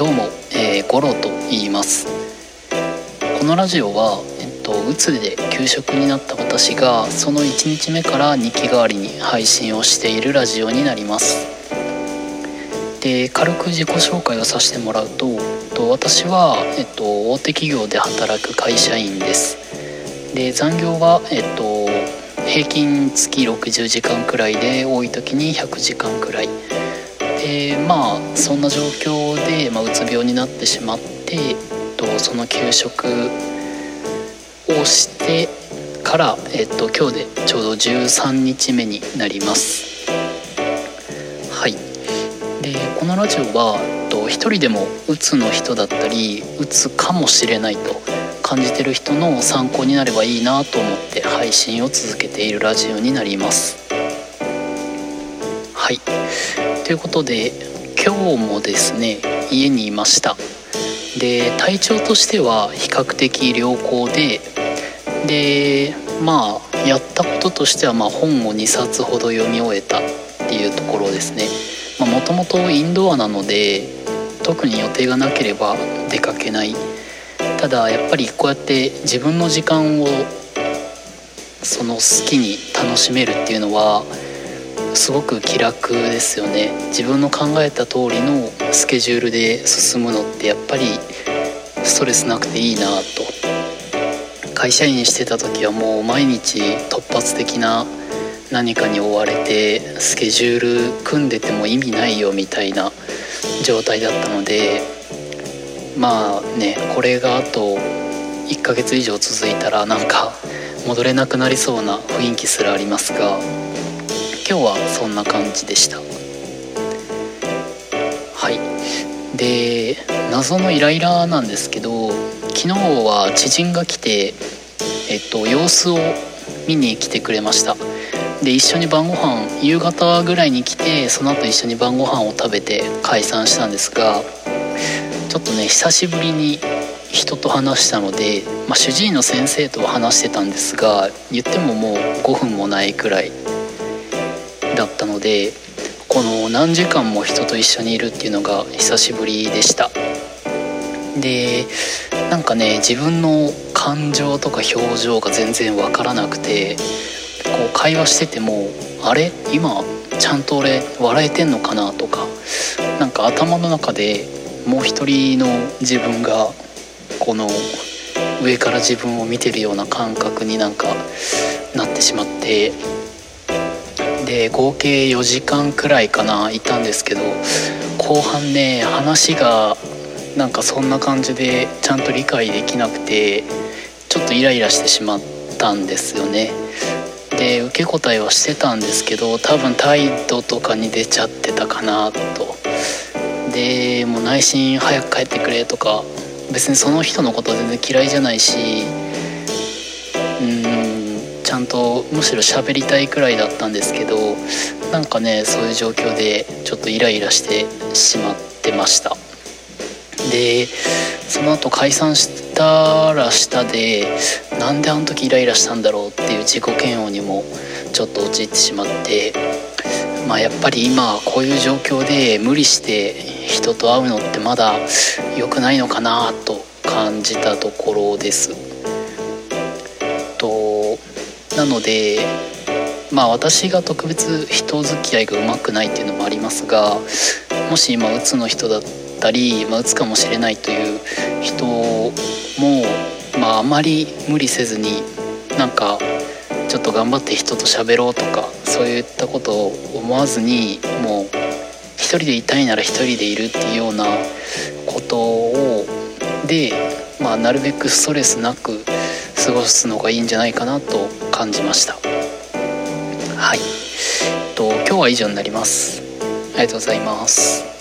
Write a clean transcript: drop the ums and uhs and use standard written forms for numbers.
どうも、ゴロと言います。このラジオは、うつで休職になった私がその1日目から日記代わりに配信をしているラジオになります。で、軽く自己紹介をさせてもらうと、私は、大手企業で働く会社員です。で、残業は、平均月60時間くらいで、多い時に100時間くらいで、そんな状況で、うつ病になってしまって、その休職をしてから、今日でちょうど13日目になります。はい。で、このラジオは一人でもうつの人だったり、うつかもしれないと感じてる人の参考になればいいなと思って配信を続けているラジオになります。はい。ということで、今日もですね、家にいました。で、体調としては比較的良好で、やったこととしては、本を2冊ほど読み終えたっていうところですね。もともとインドアなので、特に予定がなければ出かけない。ただやっぱりこうやって自分の時間を好きに楽しめるっていうのはすごく気楽ですよね。自分の考えた通りのスケジュールで進むのってやっぱりストレスなくていいなと。会社員してた時はもう毎日突発的な何かに追われて、スケジュール組んでても意味ないよみたいな状態だったので、これがあと1ヶ月以上続いたらなんか戻れなくなりそうな雰囲気すらありますが、今日はそんな感じでした。はい。で、謎のイライラなんですけど、昨日は知人が来て、様子を見に来てくれました。で、一緒に晩ご飯、夕方ぐらいに来て、その後一緒に晩ご飯を食べて解散したんですが、ちょっとね、久しぶりに人と話したので、主治医の先生とは話してたんですが、言ってももう5分もないくらいだったので、この何時間も人と一緒にいるっていうのが久しぶりでした。で、自分の感情とか表情が全然わからなくて、会話してても、あれ今ちゃんと俺笑えてんのかなとか、頭の中でもう一人の自分がこの上から自分を見てるような感覚になってしまって、で、合計4時間くらいかないたんですけど、後半ね、話がそんな感じでちゃんと理解できなくて、ちょっとイライラしてしまったんですよね。で、受け答えはしてたんですけど、多分態度とかに出ちゃってたかなと。で、もう内心早く帰ってくれとか、別にその人のことは全然嫌いじゃないし、ちゃんとむしろ喋りたいくらいだったんですけど、そういう状況でちょっとイライラしてしまってました。で、その後解散したらしたで、なんであの時イライラしたんだろうっていう自己嫌悪にもちょっと陥ってしまって、やっぱり今こういう状況で無理して人と会うのってまだ良くないのかなと感じたところです。なので、私が特別人付き合いがうまくないっていうのもありますが、もし今うつの人だったり、うつかもしれないという人も、あまり無理せずにちょっと頑張って人と喋ろうとか、そういったことを思わずに、もう一人でいたいなら一人でいるっていうようなことで、なるべくストレスなく過ごすのがいいんじゃないかなと感じました。はい。今日は以上になります。ありがとうございます。